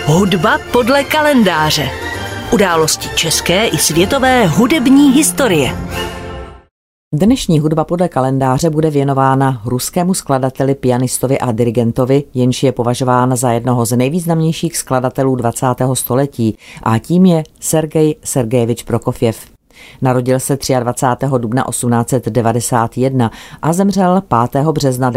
Hudba podle kalendáře. Události české i světové hudební historie. Dnešní hudba podle kalendáře bude věnována ruskému skladateli, pianistovi a dirigentovi, jenž je považován za jednoho z nejvýznamnějších skladatelů 20. století, a tím je Sergej Sergejevič Prokofjev. Narodil se 23. dubna 1891 a zemřel 5. března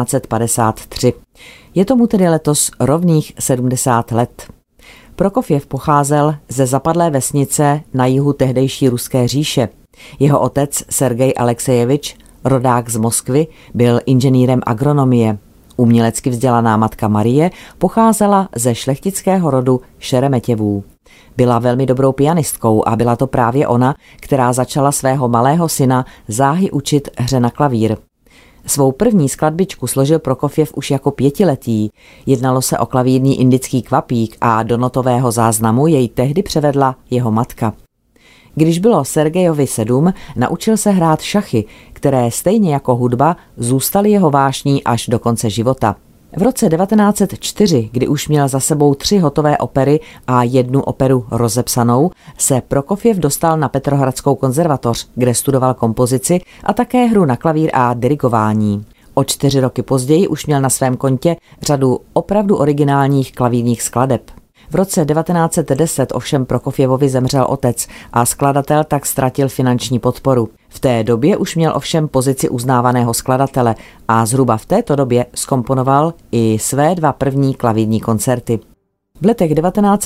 1953. Je tomu tedy letos rovných 70 let. Prokofjev pocházel ze zapadlé vesnice na jihu tehdejší ruské říše. Jeho otec Sergej Alexejevič, rodák z Moskvy, byl inženýrem agronomie. Umělecky vzdělaná matka Marie pocházela ze šlechtického rodu Šeremetěvů. Byla velmi dobrou pianistkou a byla to právě ona, která začala svého malého syna záhy učit hře na klavír. Svou první skladbičku složil Prokofjev už jako 5letý. Jednalo se o klavírní indický kvapík a do notového záznamu jej tehdy převedla jeho matka. Když bylo Sergejovi 7, naučil se hrát šachy, které stejně jako hudba zůstaly jeho vášní až do konce života. V roce 1904, kdy už měl za sebou 3 hotové opery a 1 operu rozepsanou, se Prokofjev dostal na Petrohradskou konzervatoř, kde studoval kompozici a také hru na klavír a dirigování. O 4 roky později už měl na svém kontě řadu opravdu originálních klavírních skladeb. V roce 1910 ovšem Prokofjevovi zemřel otec a skladatel tak ztratil finanční podporu. V té době už měl ovšem pozici uznávaného skladatele a zhruba v této době zkomponoval i své 2 první klavírní koncerty. V letech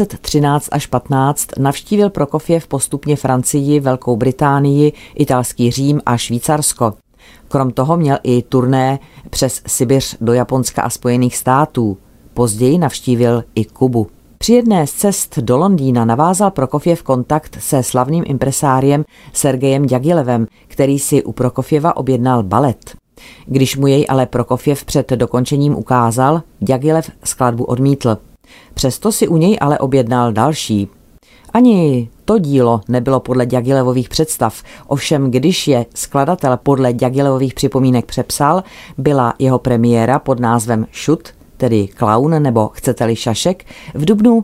1913 až 15 navštívil Prokofjev postupně Francii, Velkou Británii, italský Řím a Švýcarsko. Krom toho měl i turné přes Sibiř do Japonska a Spojených států. Později navštívil i Kubu. Při jedné z cest do Londýna navázal Prokofjev kontakt se slavným impresáriem Sergejem Ďagilevem, který si u Prokofjeva objednal balet. Když mu jej ale Prokofjev před dokončením ukázal, Ďagilev skladbu odmítl. Přesto si u něj ale objednal další. Ani to dílo nebylo podle Ďagilevových představ, ovšem když je skladatel podle Ďagilevových připomínek přepsal, byla jeho premiéra pod názvem Šut, tedy klaun nebo chcete-li šašek, v dubnu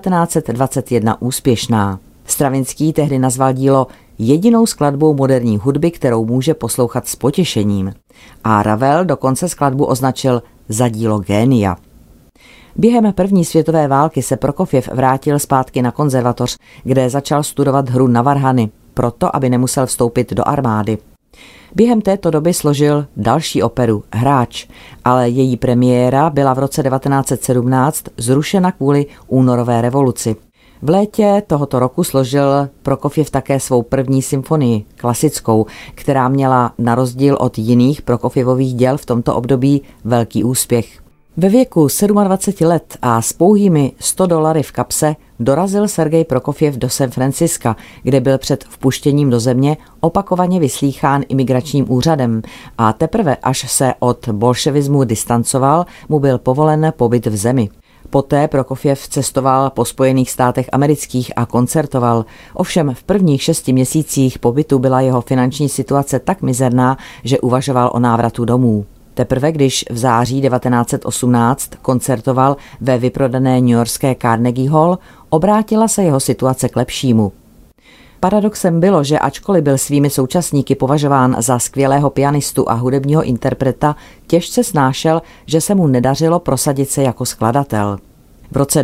1921 úspěšná. Stravinský tehdy nazval dílo jedinou skladbou moderní hudby, kterou může poslouchat s potěšením. A Ravel dokonce skladbu označil za dílo génia. Během první světové války se Prokofjev vrátil zpátky na konzervatoř, kde začal studovat hru na varhany, proto aby nemusel vstoupit do armády. Během této doby složil další operu Hráč, ale její premiéra byla v roce 1917 zrušena kvůli únorové revoluci. V létě tohoto roku složil Prokofjev také svou první symfonii, klasickou, která měla na rozdíl od jiných Prokofjevových děl v tomto období velký úspěch. Ve věku 27 let a s pouhými $100 v kapse dorazil Sergej Prokofjev do San Franciska, kde byl před vpuštěním do země opakovaně vyslýchán imigračním úřadem a teprve až se od bolševismu distancoval, mu byl povolen pobyt v zemi. Poté Prokofjev cestoval po Spojených státech amerických a koncertoval. Ovšem v prvních 6 měsících pobytu byla jeho finanční situace tak mizerná, že uvažoval o návratu domů. Teprve když v září 1918 koncertoval ve vyprodané newyorské Carnegie Hall, obrátila se jeho situace k lepšímu. Paradoxem bylo, že ačkoliv byl svými současníky považován za skvělého pianistu a hudebního interpreta, těžce snášel, že se mu nedařilo prosadit se jako skladatel. V roce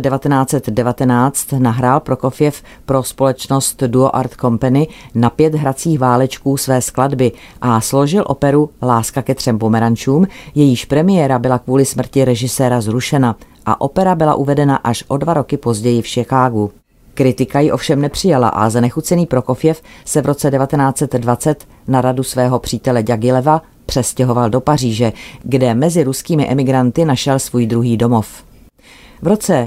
1919 nahrál Prokofjev pro společnost Duo Art Company na 5 hracích válečků své skladby a složil operu Láska ke 3 pomerančům, jejíž premiéra byla kvůli smrti režiséra zrušena a opera byla uvedena až o 2 roky později v Chicagu. Kritika ji ovšem nepřijala a zanechucený Prokofjev se v roce 1920 na radu svého přítele Ďagileva přestěhoval do Paříže, kde mezi ruskými emigranty našel svůj druhý domov. V roce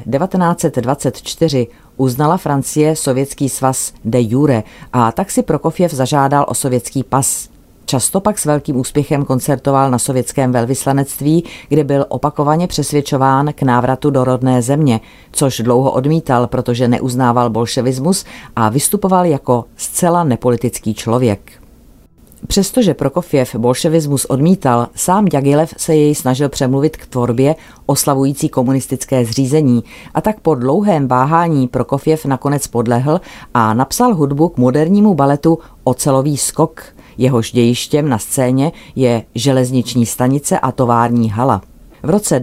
1924 uznala Francie Sovětský svaz de jure a tak si Prokofjev zažádal o sovětský pas. Často pak s velkým úspěchem koncertoval na sovětském velvyslanectví, kde byl opakovaně přesvědčován k návratu do rodné země, což dlouho odmítal, protože neuznával bolševismus a vystupoval jako zcela nepolitický člověk. Přestože Prokofjev bolševismus odmítal, sám Ďagilev se jej snažil přemluvit k tvorbě oslavující komunistické zřízení a tak po dlouhém váhání Prokofjev nakonec podlehl a napsal hudbu k modernímu baletu Ocelový skok. Jehož dějištěm na scéně je železniční stanice a tovární hala. V roce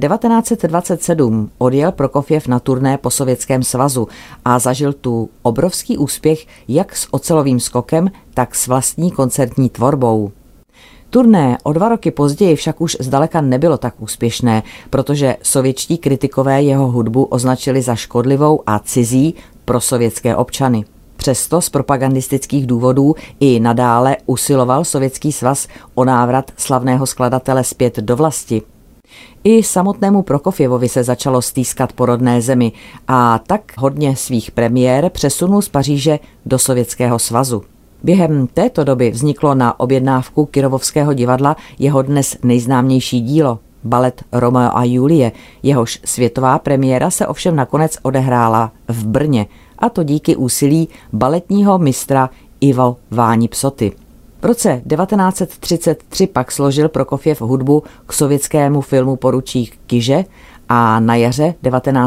1927 odjel Prokofjev na turné po Sovětském svazu a zažil tu obrovský úspěch jak s Ocelovým skokem, tak s vlastní koncertní tvorbou. Turné o 2 roky později však už zdaleka nebylo tak úspěšné, protože sovětští kritikové jeho hudbu označili za škodlivou a cizí pro sovětské občany. Přesto z propagandistických důvodů i nadále usiloval Sovětský svaz o návrat slavného skladatele zpět do vlasti. I samotnému Prokofjevovi se začalo stýskat po rodné zemi a tak hodně svých premiér přesunul z Paříže do Sovětského svazu. Během této doby vzniklo na objednávku Kyrovovského divadla jeho dnes nejznámější dílo, balet Romeo a Julie, jehož světová premiéra se ovšem nakonec odehrála v Brně, a to díky úsilí baletního mistra Ivo Váni Psoty. V roce 1933 pak složil Prokofjev hudbu k sovětskému filmu Poručík Kyže a na jaře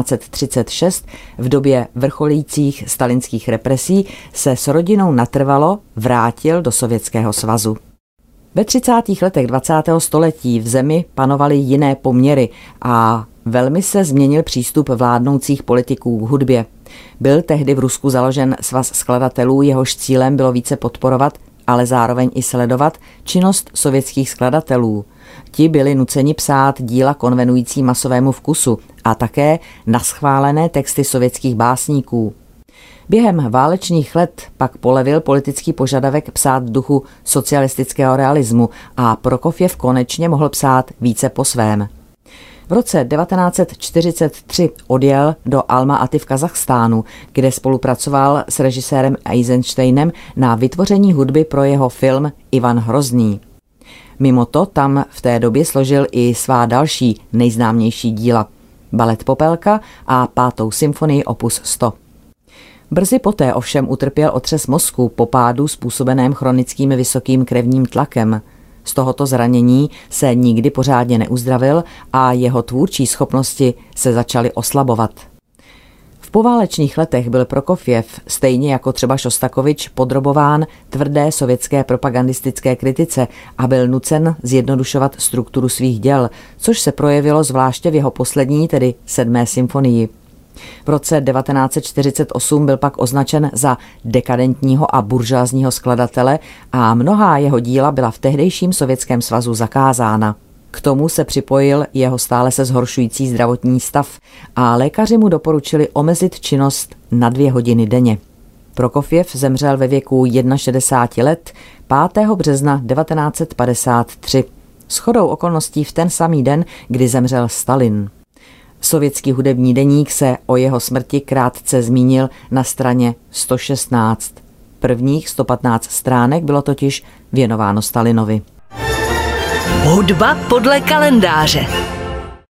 1936 v době vrcholících stalinských represí se s rodinou natrvalo vrátil do Sovětského svazu. Ve 30. letech 20. století v zemi panovaly jiné poměry a velmi se změnil přístup vládnoucích politiků k hudbě. Byl tehdy v Rusku založen svaz skladatelů, jehož cílem bylo více podporovat, ale zároveň i sledovat činnost sovětských skladatelů. Ti byli nuceni psát díla konvenující masovému vkusu a také naschválené texty sovětských básníků. Během válečných let pak polevil politický požadavek psát v duchu socialistického realismu a Prokofjev konečně mohl psát více po svém. V roce 1943 odjel do Alma-Aty v Kazachstánu, kde spolupracoval s režisérem Eisensteinem na vytvoření hudby pro jeho film Ivan Hrozný. Mimo to tam v té době složil i svá další nejznámější díla, balet Popelka a 5. symfonii opus 100. Brzy poté ovšem utrpěl otřes mozku po pádu způsobeném chronickým vysokým krevním tlakem. Z tohoto zranění se nikdy pořádně neuzdravil a jeho tvůrčí schopnosti se začaly oslabovat. V poválečných letech byl Prokofjev, stejně jako třeba Šostakovič, podrobován tvrdé sovětské propagandistické kritice a byl nucen zjednodušovat strukturu svých děl, což se projevilo zvláště v jeho poslední, tedy 7. symfonii. V roce 1948 byl pak označen za dekadentního a buržoazního skladatele a mnohá jeho díla byla v tehdejším Sovětském svazu zakázána. K tomu se připojil jeho stále se zhoršující zdravotní stav a lékaři mu doporučili omezit činnost na 2 hodiny denně. Prokofjev zemřel ve věku 61 let 5. března 1953. Shodou okolností v ten samý den, kdy zemřel Stalin. Sovětský hudební deník se o jeho smrti krátce zmínil na straně 116. Prvních 115 stránek bylo totiž věnováno Stalinovi. Hudba podle kalendáře.